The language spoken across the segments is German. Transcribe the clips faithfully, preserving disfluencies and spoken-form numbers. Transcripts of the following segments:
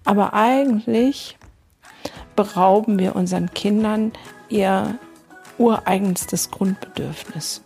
Aber eigentlich berauben wir unseren Kindern ihr ureigenstes Grundbedürfnis.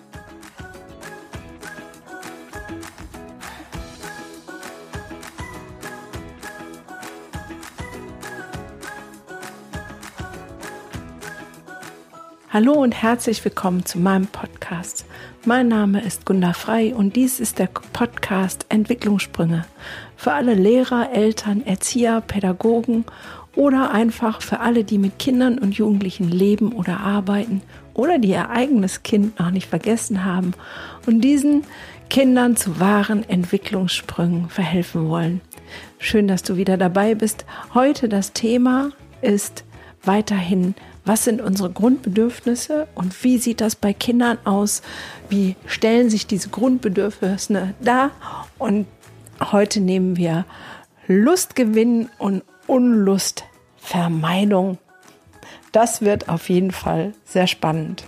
Hallo und herzlich willkommen zu meinem Podcast. Mein Name ist Gunda Frei und dies ist der Podcast Entwicklungssprünge für alle Lehrer, Eltern, Erzieher, Pädagogen oder einfach für alle, die mit Kindern und Jugendlichen leben oder arbeiten oder die ihr eigenes Kind noch nicht vergessen haben und diesen Kindern zu wahren Entwicklungssprüngen verhelfen wollen. Schön, dass du wieder dabei bist. Heute das Thema ist weiterhin: Was sind unsere Grundbedürfnisse und wie sieht das bei Kindern aus? Wie stellen sich diese Grundbedürfnisse dar? Und heute nehmen wir Lustgewinn und Unlustvermeidung. Das wird auf jeden Fall sehr spannend.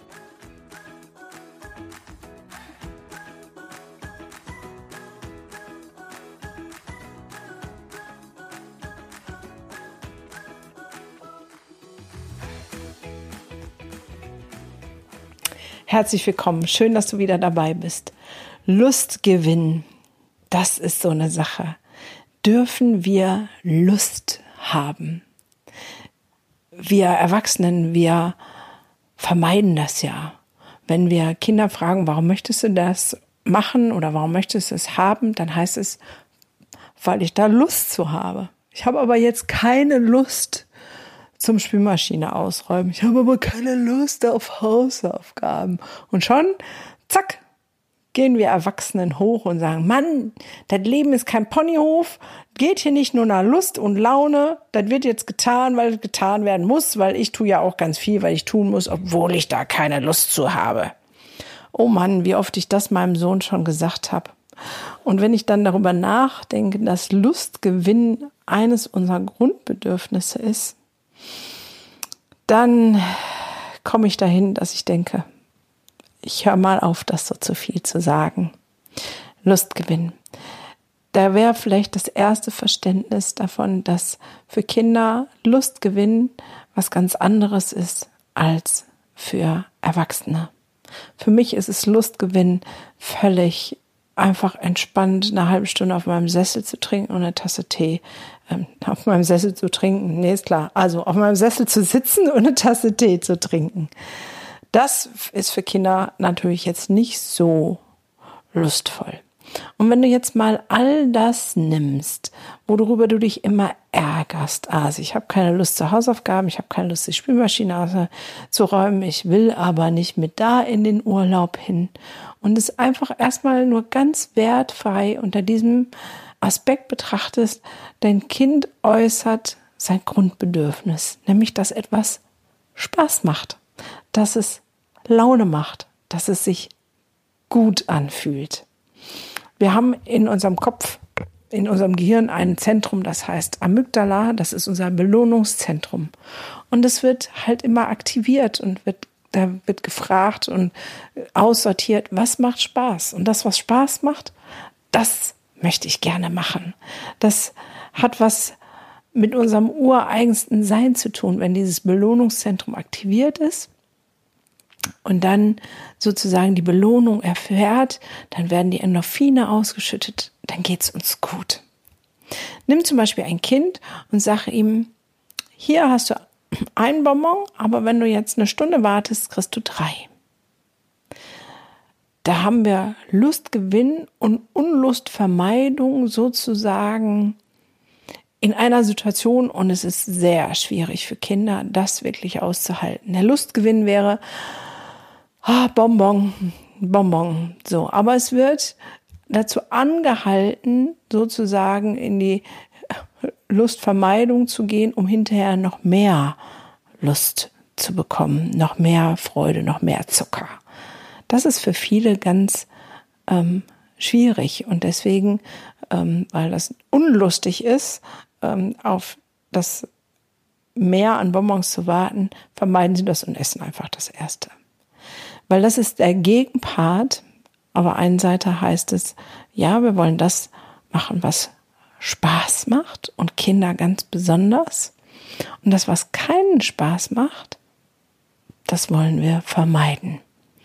Herzlich willkommen, schön, dass du wieder dabei bist. Lustgewinn, das ist so eine Sache. Dürfen wir Lust haben? Wir Erwachsenen, wir vermeiden das ja. Wenn wir Kinder fragen, warum möchtest du das machen oder warum möchtest du es haben, dann heißt es, weil ich da Lust zu habe. Ich habe aber jetzt keine Lust zum Spülmaschine ausräumen. Ich habe aber keine Lust auf Hausaufgaben. Und schon, zack, gehen wir Erwachsenen hoch und sagen, Mann, das Leben ist kein Ponyhof, geht hier nicht nur nach Lust und Laune, das wird jetzt getan, weil es getan werden muss, weil ich tue ja auch ganz viel, weil ich tun muss, obwohl ich da keine Lust zu habe. Oh Mann, wie oft ich das meinem Sohn schon gesagt habe. Und wenn ich dann darüber nachdenke, dass Lustgewinn eines unserer Grundbedürfnisse ist, dann komme ich dahin, dass ich denke, ich höre mal auf, das so zu viel zu sagen. Lustgewinn. Da wäre vielleicht das erste Verständnis davon, dass für Kinder Lustgewinn was ganz anderes ist als für Erwachsene. Für mich ist es Lustgewinn, völlig einfach entspannt eine halbe Stunde auf meinem Sessel zu trinken und eine Tasse Tee. Ähm, auf meinem Sessel zu trinken, nee, ist klar. Also auf meinem Sessel zu sitzen und eine Tasse Tee zu trinken. Das ist für Kinder natürlich jetzt nicht so lustvoll. Und wenn du jetzt mal all das nimmst, worüber du dich immer ärgerst, also ich habe keine Lust zu Hausaufgaben, ich habe keine Lust, die Spülmaschine zu räumen, ich will aber nicht mit da in den Urlaub hin und es einfach erstmal nur ganz wertfrei unter diesem Aspekt betrachtest, dein Kind äußert sein Grundbedürfnis, nämlich dass etwas Spaß macht, dass es Laune macht, dass es sich gut anfühlt. Wir haben in unserem Kopf, in unserem Gehirn ein Zentrum, das heißt Amygdala, das ist unser Belohnungszentrum. Und es wird halt immer aktiviert und wird, da wird gefragt und aussortiert, was macht Spaß? Und das, was Spaß macht, das möchte ich gerne machen. Das hat was mit unserem ureigensten Sein zu tun, wenn dieses Belohnungszentrum aktiviert ist. Und dann sozusagen die Belohnung erfährt, dann werden die Endorphine ausgeschüttet, dann geht's uns gut. Nimm zum Beispiel ein Kind und sag ihm, hier hast du einen Bonbon, aber wenn du jetzt eine Stunde wartest, kriegst du drei. Da haben wir Lustgewinn und Unlustvermeidung sozusagen in einer Situation und es ist sehr schwierig für Kinder, das wirklich auszuhalten. Der Lustgewinn wäre, ah, Bonbon, Bonbon, so. Aber es wird dazu angehalten, sozusagen in die Lustvermeidung zu gehen, um hinterher noch mehr Lust zu bekommen, noch mehr Freude, noch mehr Zucker. Das ist für viele ganz ähm, schwierig und deswegen, ähm, weil das unlustig ist, ähm, auf das Mehr an Bonbons zu warten, vermeiden sie das und essen einfach das Erste. Weil das ist der Gegenpart. Auf der einen Seite heißt es, ja, wir wollen das machen, was Spaß macht und Kinder ganz besonders. Und das, was keinen Spaß macht, das wollen wir vermeiden.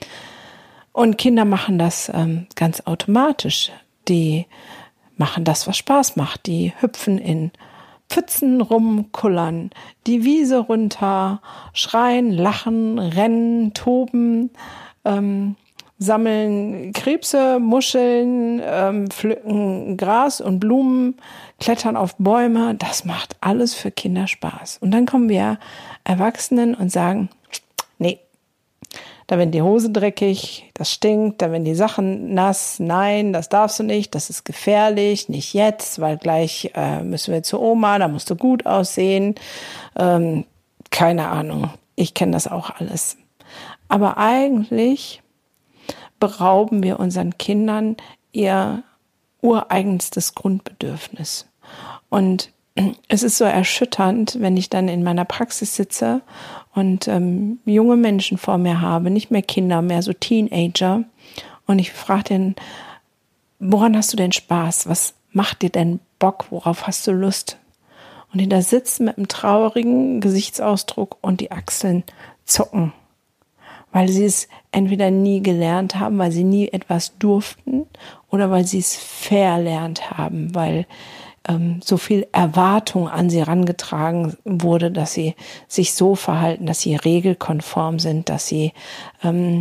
Und Kinder machen das ähm, ganz automatisch. Die machen das, was Spaß macht. Die hüpfen in Pfützen rum, kullern die Wiese runter, schreien, lachen, rennen, toben, ähm, sammeln Krebse, Muscheln, ähm, pflücken Gras und Blumen, klettern auf Bäume. Das macht alles für Kinder Spaß. Und dann kommen wir Erwachsenen und sagen, nee, da werden die Hose dreckig, das stinkt, da werden die Sachen nass, nein, das darfst du nicht, das ist gefährlich, nicht jetzt, weil gleich äh, müssen wir zur Oma, da musst du gut aussehen. Ähm, keine Ahnung, ich kenne das auch alles. Aber eigentlich berauben wir unseren Kindern ihr ureigenstes Grundbedürfnis. Und es ist so erschütternd, wenn ich dann in meiner Praxis sitze und ähm, junge Menschen vor mir habe, nicht mehr Kinder, mehr so Teenager. Und ich frage den, woran hast du denn Spaß? Was macht dir denn Bock? Worauf hast du Lust? Und die da sitzen mit einem traurigen Gesichtsausdruck und die Achseln zucken, weil sie es entweder nie gelernt haben, weil sie nie etwas durften oder weil sie es verlernt haben, weil ähm, so viel Erwartung an sie herangetragen wurde, dass sie sich so verhalten, dass sie regelkonform sind, dass sie ähm,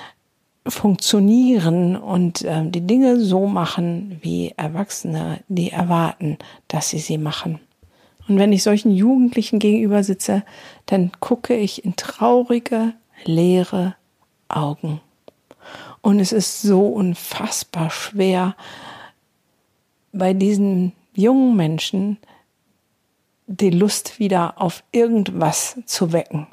funktionieren und ähm, die Dinge so machen, wie Erwachsene die erwarten, dass sie sie machen. Und wenn ich solchen Jugendlichen gegenüber sitze, dann gucke ich in traurige, leere Augen. Und es ist so unfassbar schwer, bei diesen jungen Menschen die Lust wieder auf irgendwas zu wecken.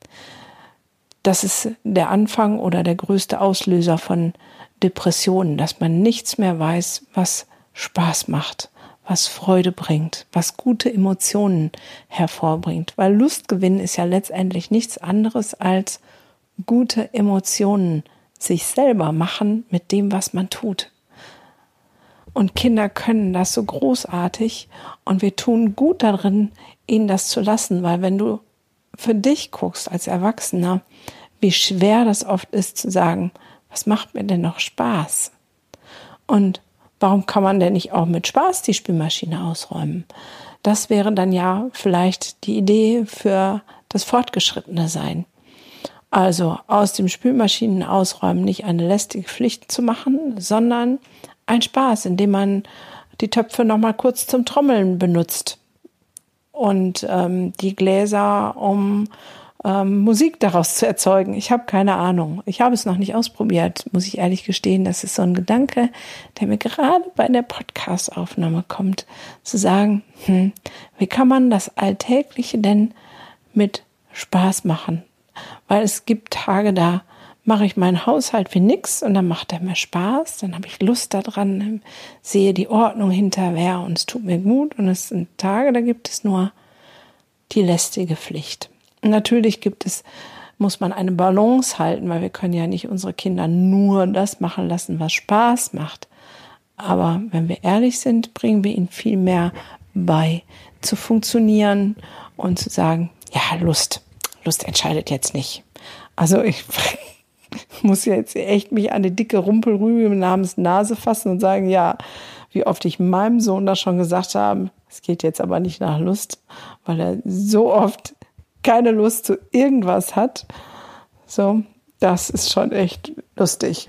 Das ist der Anfang oder der größte Auslöser von Depressionen, dass man nichts mehr weiß, was Spaß macht, was Freude bringt, was gute Emotionen hervorbringt. Weil Lustgewinn ist ja letztendlich nichts anderes als gute Emotionen sich selber machen mit dem, was man tut. Und Kinder können das so großartig und wir tun gut darin, ihnen das zu lassen, weil wenn du für dich guckst als Erwachsener, wie schwer das oft ist zu sagen, was macht mir denn noch Spaß? Und warum kann man denn nicht auch mit Spaß die Spülmaschine ausräumen? Das wäre dann ja vielleicht die Idee für das fortgeschrittene Sein. Also aus dem Spülmaschinen ausräumen nicht eine lästige Pflicht zu machen, sondern ein Spaß, indem man die Töpfe noch mal kurz zum Trommeln benutzt und ähm, die Gläser, um ähm, Musik daraus zu erzeugen. Ich habe keine Ahnung. Ich habe es noch nicht ausprobiert, muss ich ehrlich gestehen. Das ist so ein Gedanke, der mir gerade bei der Podcast-Aufnahme kommt, zu sagen, hm, wie kann man das Alltägliche denn mit Spaß machen? Weil es gibt Tage, da mache ich meinen Haushalt wie nix und dann macht er mir Spaß, dann habe ich Lust daran, sehe die Ordnung hinterher und es tut mir gut. Und es sind Tage, da gibt es nur die lästige Pflicht. Und natürlich gibt es, muss man eine Balance halten, weil wir können ja nicht unsere Kinder nur das machen lassen, was Spaß macht. Aber wenn wir ehrlich sind, bringen wir ihnen viel mehr bei, zu funktionieren und zu sagen, ja, Lust, Lust entscheidet jetzt nicht. Also ich muss jetzt echt mich an eine dicke Rumpelrübe namens Nase fassen und sagen, ja, wie oft ich meinem Sohn das schon gesagt habe, es geht jetzt aber nicht nach Lust, weil er so oft keine Lust zu irgendwas hat. So, das ist schon echt lustig.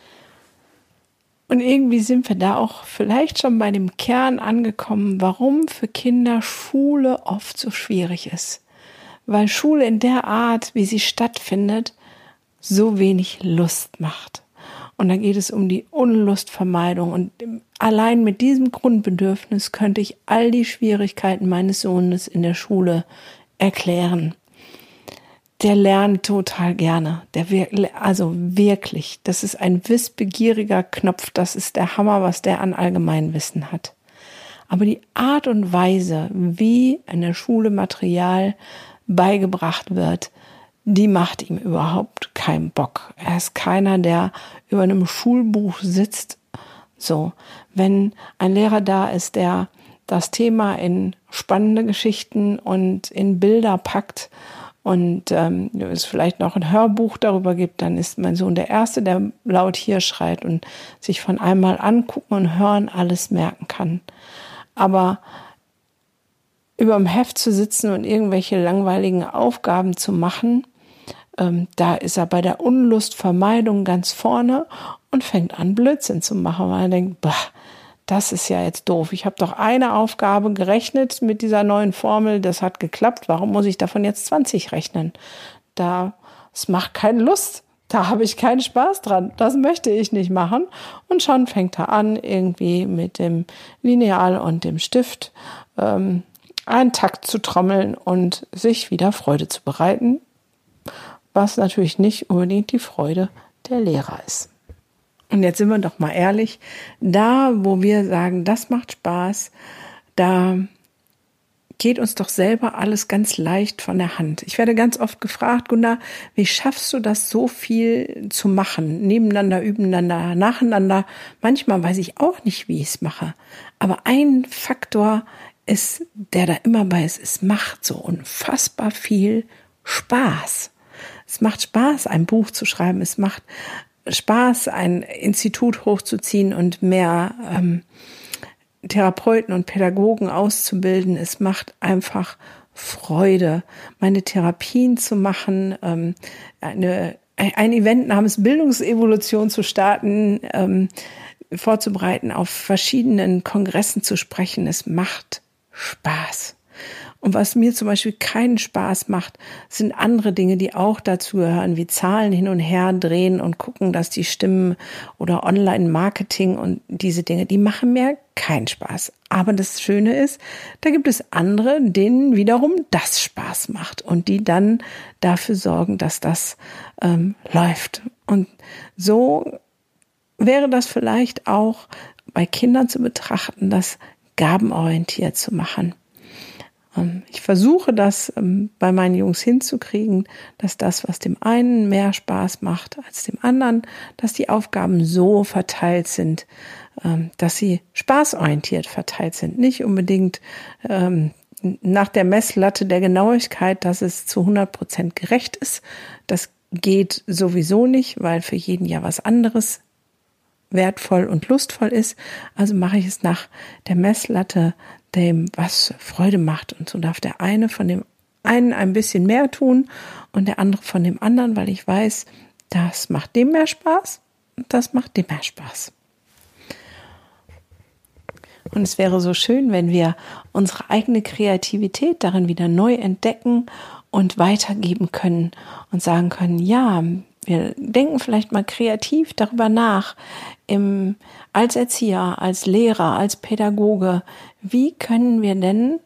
Und irgendwie sind wir da auch vielleicht schon bei dem Kern angekommen, warum für Kinder Schule oft so schwierig ist. Weil Schule in der Art, wie sie stattfindet, so wenig Lust macht. Und dann geht es um die Unlustvermeidung. Und allein mit diesem Grundbedürfnis könnte ich all die Schwierigkeiten meines Sohnes in der Schule erklären. Der lernt total gerne. Der wir- also wirklich, das ist ein wissbegieriger Knopf. Das ist der Hammer, was der an Allgemeinwissen hat. Aber die Art und Weise, wie in der Schule Material beigebracht wird, die macht ihm überhaupt keinen Bock. Er ist keiner, der über einem Schulbuch sitzt. So, wenn ein Lehrer da ist, der das Thema in spannende Geschichten und in Bilder packt und ähm, es vielleicht noch ein Hörbuch darüber gibt, dann ist mein Sohn der Erste, der laut hier schreit und sich von einmal angucken und hören alles merken kann. Aber über dem Heft zu sitzen und irgendwelche langweiligen Aufgaben zu machen, ähm, da ist er bei der Unlustvermeidung ganz vorne und fängt an, Blödsinn zu machen, weil er denkt, bah, das ist ja jetzt doof. Ich habe doch eine Aufgabe gerechnet mit dieser neuen Formel, das hat geklappt. Warum muss ich davon jetzt zwanzig rechnen? Da, es macht keine Lust. Da habe ich keinen Spaß dran. Das möchte ich nicht machen. Und schon fängt er an, irgendwie mit dem Lineal und dem Stift ähm, einen Takt zu trommeln und sich wieder Freude zu bereiten, was natürlich nicht unbedingt die Freude der Lehrer ist. Und jetzt sind wir doch mal ehrlich, da wo wir sagen, das macht Spaß, da geht uns doch selber alles ganz leicht von der Hand. Ich werde ganz oft gefragt, Gunnar, wie schaffst du das, so viel zu machen? Nebeneinander, übereinander, nacheinander. Manchmal weiß ich auch nicht, wie ich es mache. Aber ein Faktor ist, der da immer bei ist, es macht so unfassbar viel Spaß. Es macht Spaß, ein Buch zu schreiben. Es macht Spaß, ein Institut hochzuziehen und mehr ähm, Therapeuten und Pädagogen auszubilden. Es macht einfach Freude, meine Therapien zu machen, ähm, eine, ein Event namens Bildungsevolution zu starten, ähm, vorzubereiten, auf verschiedenen Kongressen zu sprechen. Es macht Spaß. Und was mir zum Beispiel keinen Spaß macht, sind andere Dinge, die auch dazu gehören, wie Zahlen hin und her drehen und gucken, dass die stimmen oder Online-Marketing und diese Dinge, die machen mir keinen Spaß. Aber das Schöne ist, da gibt es andere, denen wiederum das Spaß macht und die dann dafür sorgen, dass das ähm, läuft. Und so wäre das vielleicht auch bei Kindern zu betrachten, das gabenorientiert zu machen. Ich versuche das bei meinen Jungs hinzukriegen, dass das, was dem einen mehr Spaß macht als dem anderen, dass die Aufgaben so verteilt sind, dass sie spaßorientiert verteilt sind. Nicht unbedingt nach der Messlatte der Genauigkeit, dass es zu hundert Prozent gerecht ist. Das geht sowieso nicht, weil für jeden ja was anderes wertvoll und lustvoll ist. Also mache ich es nach der Messlatte, dem was Freude macht. Und so darf der eine von dem einen ein bisschen mehr tun und der andere von dem anderen, weil ich weiß, das macht dem mehr Spaß und das macht dem mehr Spaß. Und es wäre so schön, wenn wir unsere eigene Kreativität darin wieder neu entdecken und weitergeben können und sagen können, ja, wir denken vielleicht mal kreativ darüber nach, im, als Erzieher, als Lehrer, als Pädagoge, wie können wir denn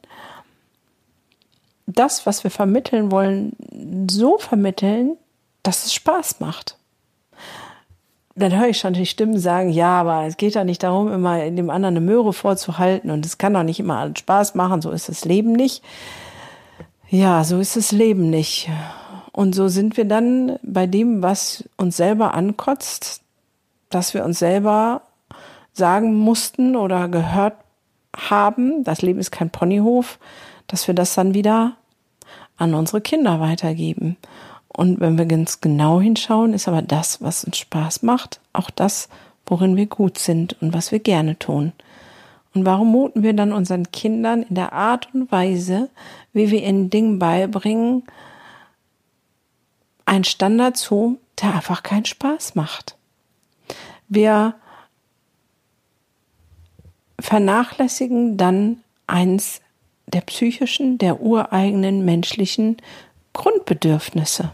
das, was wir vermitteln wollen, so vermitteln, dass es Spaß macht. Dann höre ich schon die Stimmen sagen, ja, aber es geht ja nicht darum, immer dem anderen eine Möhre vorzuhalten und es kann doch nicht immer alles Spaß machen, so ist das Leben nicht. Ja, so ist das Leben nicht. Und so sind wir dann bei dem, was uns selber ankotzt, dass wir uns selber sagen mussten oder gehört haben, das Leben ist kein Ponyhof, dass wir das dann wieder an unsere Kinder weitergeben. Und wenn wir ganz genau hinschauen, ist aber das, was uns Spaß macht, auch das, worin wir gut sind und was wir gerne tun. Und warum muten wir dann unseren Kindern in der Art und Weise, wie wir ihnen Dinge beibringen, einen Standard zu, der einfach keinen Spaß macht? Wir vernachlässigen dann eins der psychischen, der ureigenen menschlichen Grundbedürfnisse.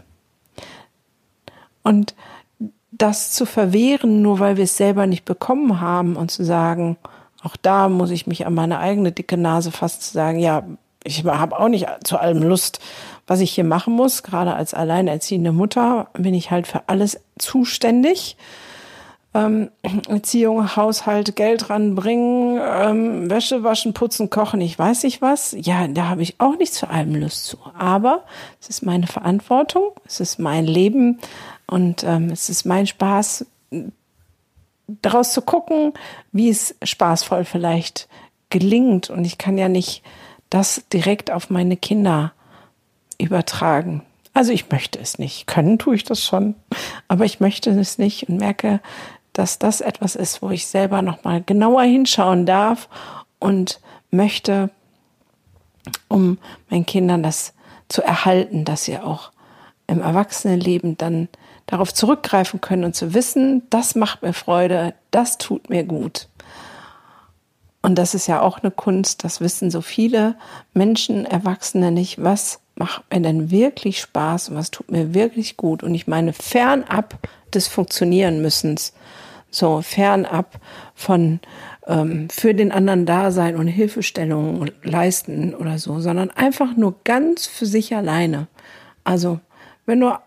Und das zu verwehren, nur weil wir es selber nicht bekommen haben und zu sagen, auch da muss ich mich an meine eigene dicke Nase fassen, zu sagen, ja, ich habe auch nicht zu allem Lust, was ich hier machen muss. Gerade als alleinerziehende Mutter bin ich halt für alles zuständig. Ähm, Erziehung, Haushalt, Geld ranbringen, ähm, Wäsche waschen, putzen, kochen, ich weiß nicht was. Ja, da habe ich auch nicht zu allem Lust zu. Aber es ist meine Verantwortung, es ist mein Leben und ähm, es ist mein Spaß, daraus zu gucken, wie es spaßvoll vielleicht gelingt und ich kann ja nicht das direkt auf meine Kinder übertragen. Also ich möchte es nicht. Können tue ich das schon, aber ich möchte es nicht und merke, dass das etwas ist, wo ich selber nochmal genauer hinschauen darf und möchte, um meinen Kindern das zu erhalten, dass sie auch im Erwachsenenleben dann darauf zurückgreifen können und zu wissen, das macht mir Freude, das tut mir gut. Und das ist ja auch eine Kunst, das wissen so viele Menschen, Erwachsene nicht, was macht mir denn wirklich Spaß und was tut mir wirklich gut. Und ich meine, fernab des Funktionieren-Müssens, so fernab von ähm, für den anderen da sein und Hilfestellungen leisten oder so, sondern einfach nur ganz für sich alleine. Also wenn du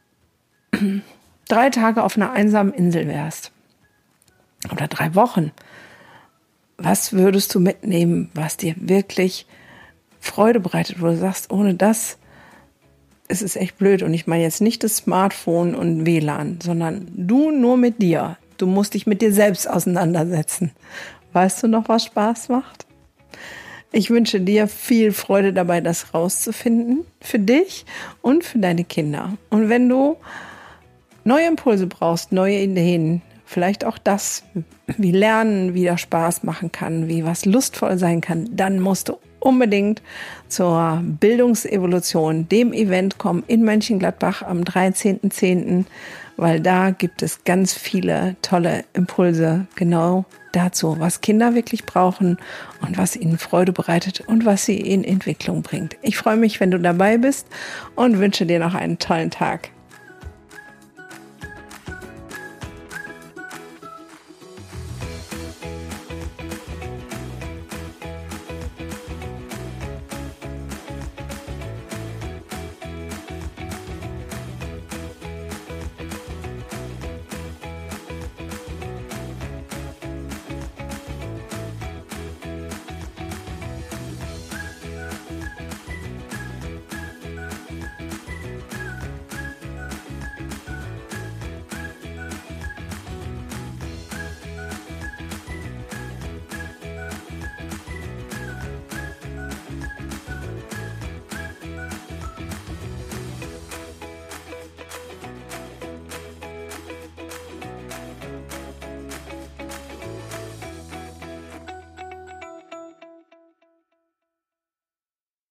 drei Tage auf einer einsamen Insel wärst oder drei Wochen, was würdest du mitnehmen, was dir wirklich Freude bereitet, wo du sagst, ohne das ist es echt blöd. Und ich meine jetzt nicht das Smartphone und W L A N, sondern du nur mit dir. Du musst dich mit dir selbst auseinandersetzen. Weißt du noch, was Spaß macht? Ich wünsche dir viel Freude dabei, das rauszufinden, für dich und für deine Kinder. Und wenn du neue Impulse brauchst, neue Ideen, vielleicht auch das, wie Lernen wieder Spaß machen kann, wie was lustvoll sein kann, dann musst du unbedingt zur Bildungsevolution, dem Event kommen in Mönchengladbach am dreizehnten zehnten, weil da gibt es ganz viele tolle Impulse genau dazu, was Kinder wirklich brauchen und was ihnen Freude bereitet und was sie in Entwicklung bringt. Ich freue mich, wenn du dabei bist und wünsche dir noch einen tollen Tag.